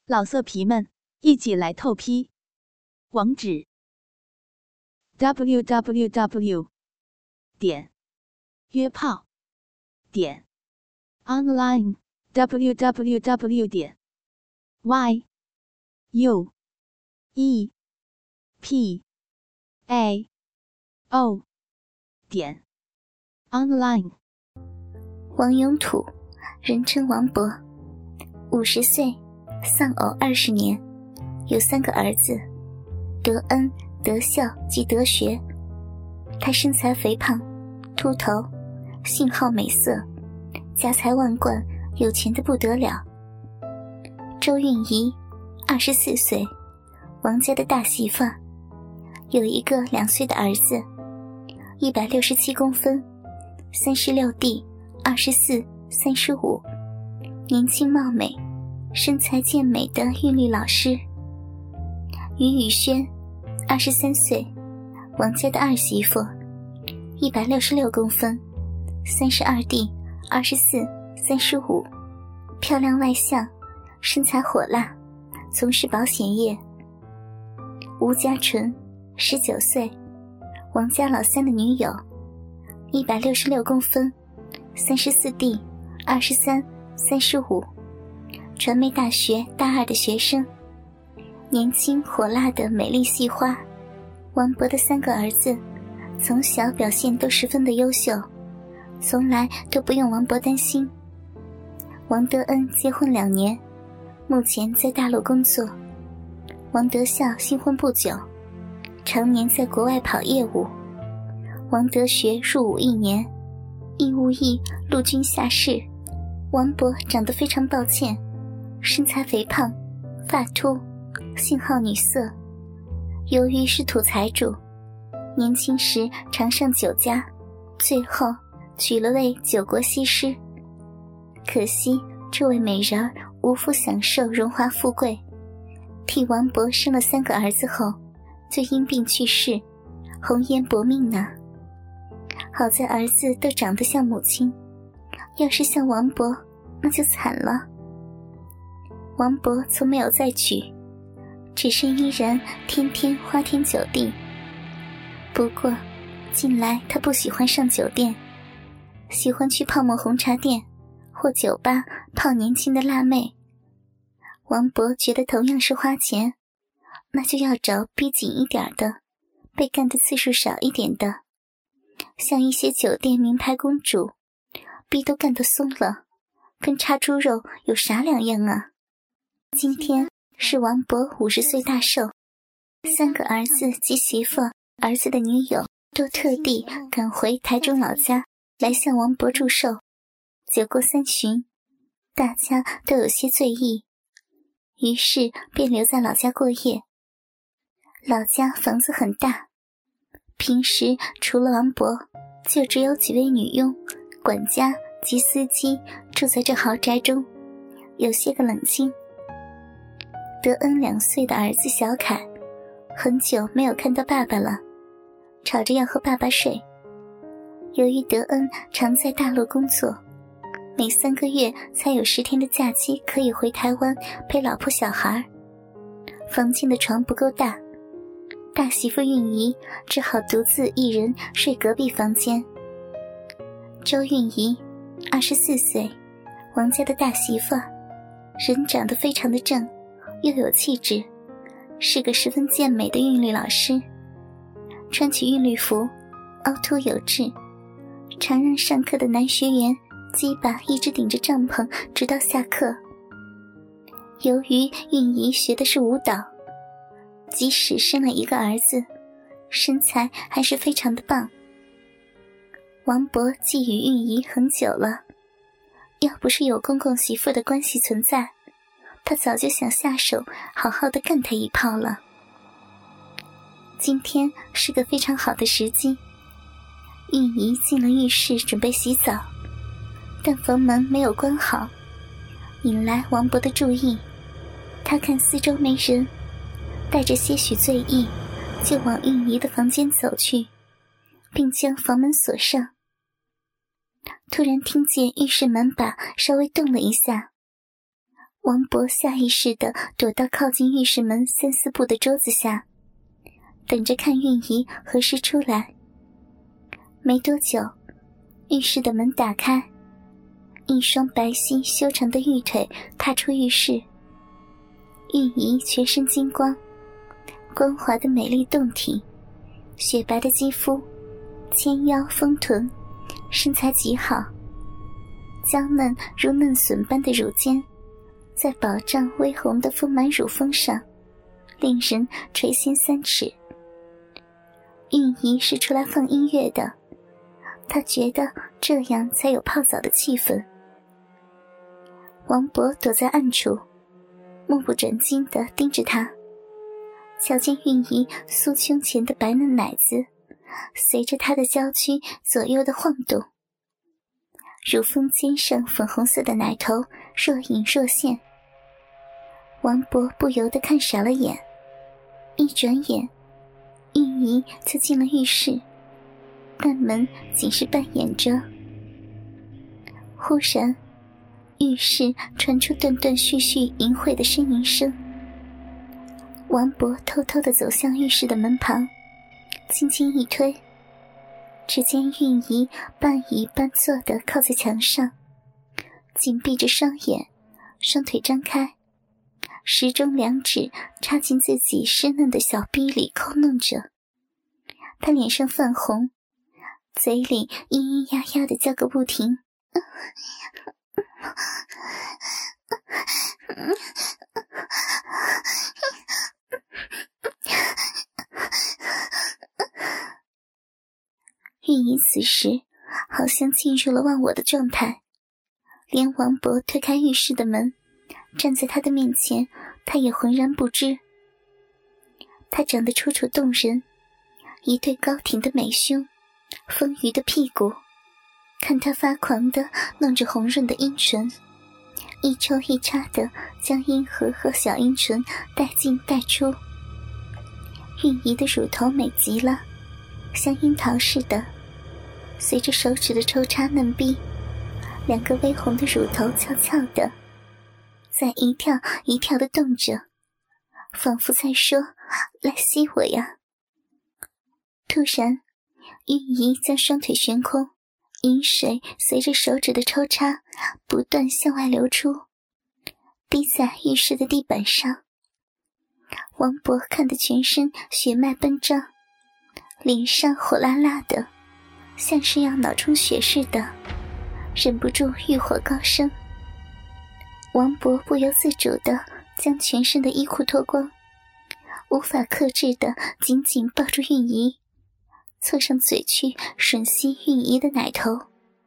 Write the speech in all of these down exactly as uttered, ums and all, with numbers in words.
老色皮们，一起来透批！网址 ：double u double u double u 点约炮点 online double u double u double u 点 y u e p a o 点 online。 王永土，人称王伯，五十岁，丧偶二十年，有三个儿子，德恩、德孝及德学。他身材肥胖，秃头，性好美色，家财万贯，有钱得不得了。周韵仪，二十四岁，王家的大媳妇，有一个两岁的儿子，一百六十七公分，三十六 D， 二十四、三十五，年轻貌美，身材健美的韵律老师。于宇轩，二十三岁，王家的二媳妇，一百六十六公分，三十二 D， 二十四、三十五，漂亮外向，身材火辣，从事保险业。吴家纯，十九岁，王家老三的女友，一百六十六公分，三十四 D， 二十三、三十五，传媒大学大二的学生，年轻火辣的美丽系花。王伯的三个儿子从小表现都十分的优秀，从来都不用王伯担心。王德恩结婚两年，目前在大陆工作。王德孝新婚不久，常年在国外跑业务。王德学入伍一年，义务役陆军下士。王伯长得非常抱歉，身材肥胖，发秃，性好女色。由于是土财主，年轻时常上酒家，最后娶了位九国西施。可惜这位美人无福享受荣华富贵，替王伯生了三个儿子后就因病去世，红颜薄命呢。好在儿子都长得像母亲，要是像王伯那就惨了。王伯从没有再娶，只是依然天天花天酒地。不过近来他不喜欢上酒店，喜欢去泡沫红茶店或酒吧泡年轻的辣妹。王伯觉得同样是花钱，那就要找逼紧一点的，被干的次数少一点的。像一些酒店名牌公主，逼都干得松了，跟插猪肉有啥两样啊？今天是王伯五十岁大寿，三个儿子及媳妇、儿子的女友都特地赶回台中老家来向王伯祝寿。酒过三巡，大家都有些醉意，于是便留在老家过夜。老家房子很大，平时除了王伯，就只有几位女佣、管家及司机住在这豪宅中，有些个冷清。德恩两岁的儿子小凯很久没有看到爸爸了，吵着要和爸爸睡。由于德恩常在大陆工作，每三个月才有十天的假期可以回台湾陪老婆小孩，房间的床不够大，大媳妇韵仪只好独自一人睡隔壁房间。周韵仪，二十四岁，王家的大媳妇，人长得非常的正，又有气质，是个十分健美的韵律老师。穿起韵律服，凹凸有致，常让上课的男学员鸡巴一直顶着帐篷直到下课。由于韵仪学的是舞蹈，即使生了一个儿子，身材还是非常的棒。王伯觊觎韵仪很久了，要不是有公公媳妇的关系存在，他早就想下手好好的干他一炮了。今天是个非常好的时机，韵仪进了浴室准备洗澡，但房门没有关好，引来王伯的注意。他看四周没人，带着些许醉意就往韵仪的房间走去，并将房门锁上。突然听见浴室门把稍微动了一下， 王勃下意识地躲到靠近浴室门三四步的桌子下，等着看韵仪何时出来。没多久，浴室的门打开，一双白皙修长的玉腿踏出浴室。韵仪全身金光，光滑的美丽胴体，雪白的肌肤，纤腰丰臀，身材极好，娇嫩如嫩笋般的乳尖在饱胀微红的丰满乳峰上令人垂涎三尺。韵仪是出来放音乐的，他觉得这样才有泡澡的气氛。王勃躲在暗处，目不转睛地盯着他，瞧见韵仪酥胸前的白嫩奶子随着他的娇躯左右的晃动，乳峰尖上粉红色的奶头若隐若现。王勃不由得看傻了眼，一转眼韵仪就进了浴室，但门仅是半掩着。忽然浴室传出断断续续淫秽的呻吟声。王勃偷偷地走向浴室的门旁，轻轻一推，只见韵仪半倚半坐地靠在墙上，紧闭着双眼，双腿张开，食中两指插进自己湿嫩的小逼里抠弄着。她脸上泛红，嘴里咿咿呀呀地叫个不停。韵仪此时好像进入了忘我的状态，连王勃推开浴室的门站在他的面前，他也浑然不知。他长得楚楚动人，一对高挺的美胸，丰腴的屁股，看他发狂地弄着红润的阴唇，一抽一插地将阴核和小阴唇带进带出。韵仪的乳头美极了，像樱桃似的，随着手指的抽插嫩逼，两个微红的乳头翘翘的在一跳一跳地动着，仿佛在说来吸我呀。突然韵仪将双腿悬空，饮水随着手指的抽插不断向外流出，滴在浴室的地板上。王勃看得全身血脉奔张，脸上火辣辣的，像是要脑充血似的，忍不住欲火高升。王勃不由自主地将全身的衣裤脱光，无法克制地紧紧抱住韵仪，凑上嘴去吮吸韵仪的奶头。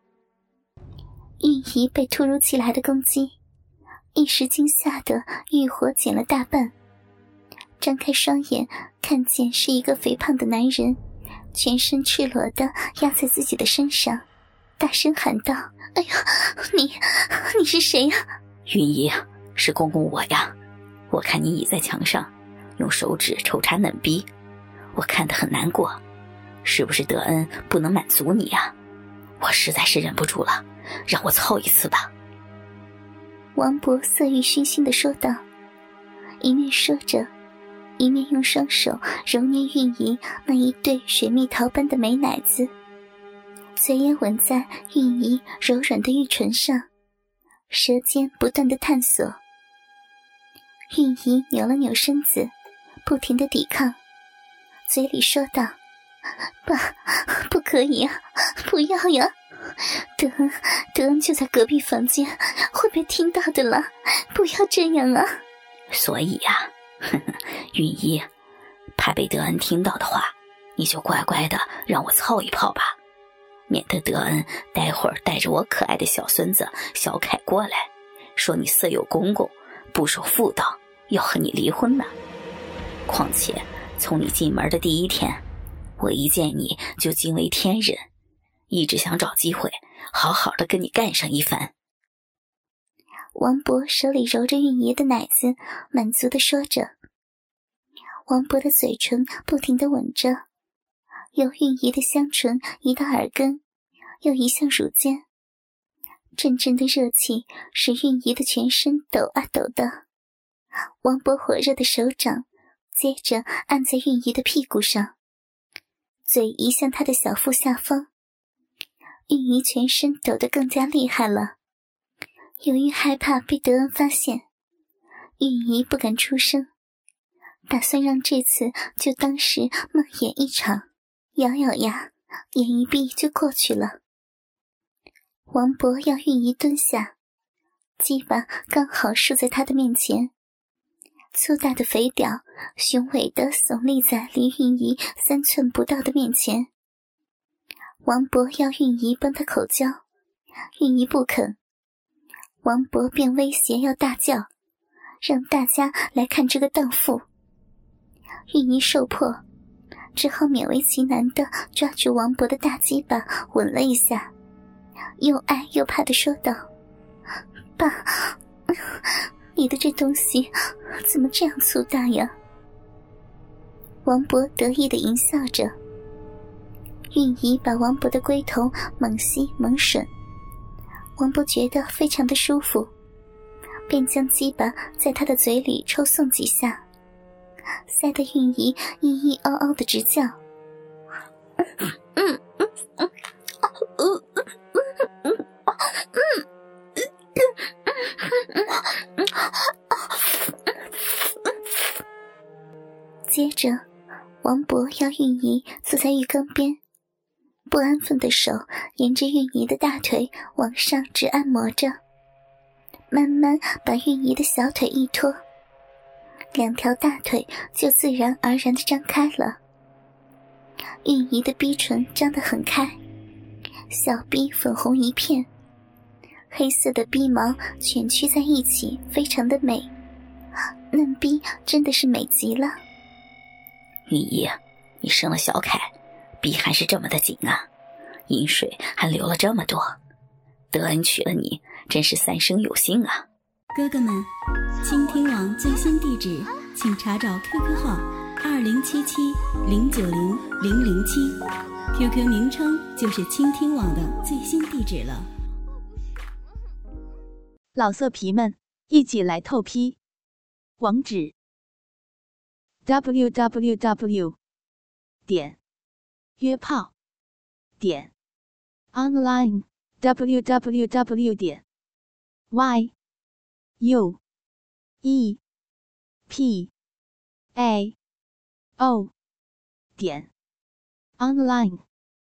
韵仪被突如其来的攻击一时惊吓得欲火减了大半，张开双眼，看见是一个肥胖的男人全身赤裸地压在自己的身上，大声喊道：哎呀，你你是谁呀？ 韵仪，是公公我呀，我看你倚在墙上用手指抽插嫩逼，我看得很难过，是不是德恩不能满足你呀？我实在是忍不住了，让我操一次吧。 王勃色欲熏心地说道，一面说着，一面用双手揉捏韵仪那一对水蜜桃般的美奶子，嘴也吻在韵仪柔软的玉唇上，舌尖不断地探索。韵仪扭了扭身子，不停地抵抗，嘴里说道：爸，不可以啊，不要呀，德恩德恩就在隔壁房间，会被听到的了，不要这样啊。 所以呀、啊、韵仪，怕被德恩听到的话，你就乖乖的让我操一炮吧，免得德恩待会儿带着我可爱的小孙子小凯过来，说你色诱公公不守妇道，要和你离婚呢。况且从你进门的第一天，我一见你就惊为天人，一直想找机会好好的跟你干上一番。 王勃手里揉着韵仪的奶子，满足地说着。王勃的嘴唇不停地吻着，由韵仪的香唇移到耳根，又移向乳尖， 阵阵的热气使韵仪的全身抖啊抖的。王勃火热的手掌接着按在韵仪的屁股上，嘴移向她的小腹下方。韵仪全身抖得更加厉害了。由于害怕被德恩发现，韵仪不敢出声，打算让这次就当是梦魇一场，咬咬牙，眼一闭就过去了。王勃要韵仪蹲下，鸡巴刚好竖在他的面前，粗大的肥屌雄伟地耸立在离韵仪三寸不到的面前。王勃要韵仪帮他口交，韵仪不肯，王勃便威胁要大叫，让大家来看这个荡妇。韵仪受迫，只好勉为其难地抓住王勃的大鸡巴吻了一下，又爱又怕地说道：爸，你的这东西怎么这样粗大呀？王勃得意地淫笑着。韵仪把王勃的龟头猛吸猛吮，王勃觉得非常的舒服，便将鸡巴在他的嘴里抽送几下，塞得韵仪咿咿嗷嗷的直叫。嗯嗯嗯接着王勃要韵仪坐在浴缸边，不安分的手沿着韵仪的大腿往上直按摩着，慢慢把韵仪的小腿一拖，两条大腿就自然而然地张开了。韵仪的逼唇张得很开，小逼粉红一片，黑色的逼毛卷曲在一起，非常的美，嫩逼真的是美极了。 韵仪，你生了小凯，逼还是这么的紧啊，饮水还流了这么多，德恩娶了你真是三生有幸啊。 哥哥们，倾听网最新地址请查找 Q Q 号二零七七零九零零零七 ，Q Q 名称就是倾听网的最新地址了。 老色皮们，一起来透批！网址 ：double-u double-u double-u 点约炮点 online double-u double-u double-u 点 y u e p a o 点 online。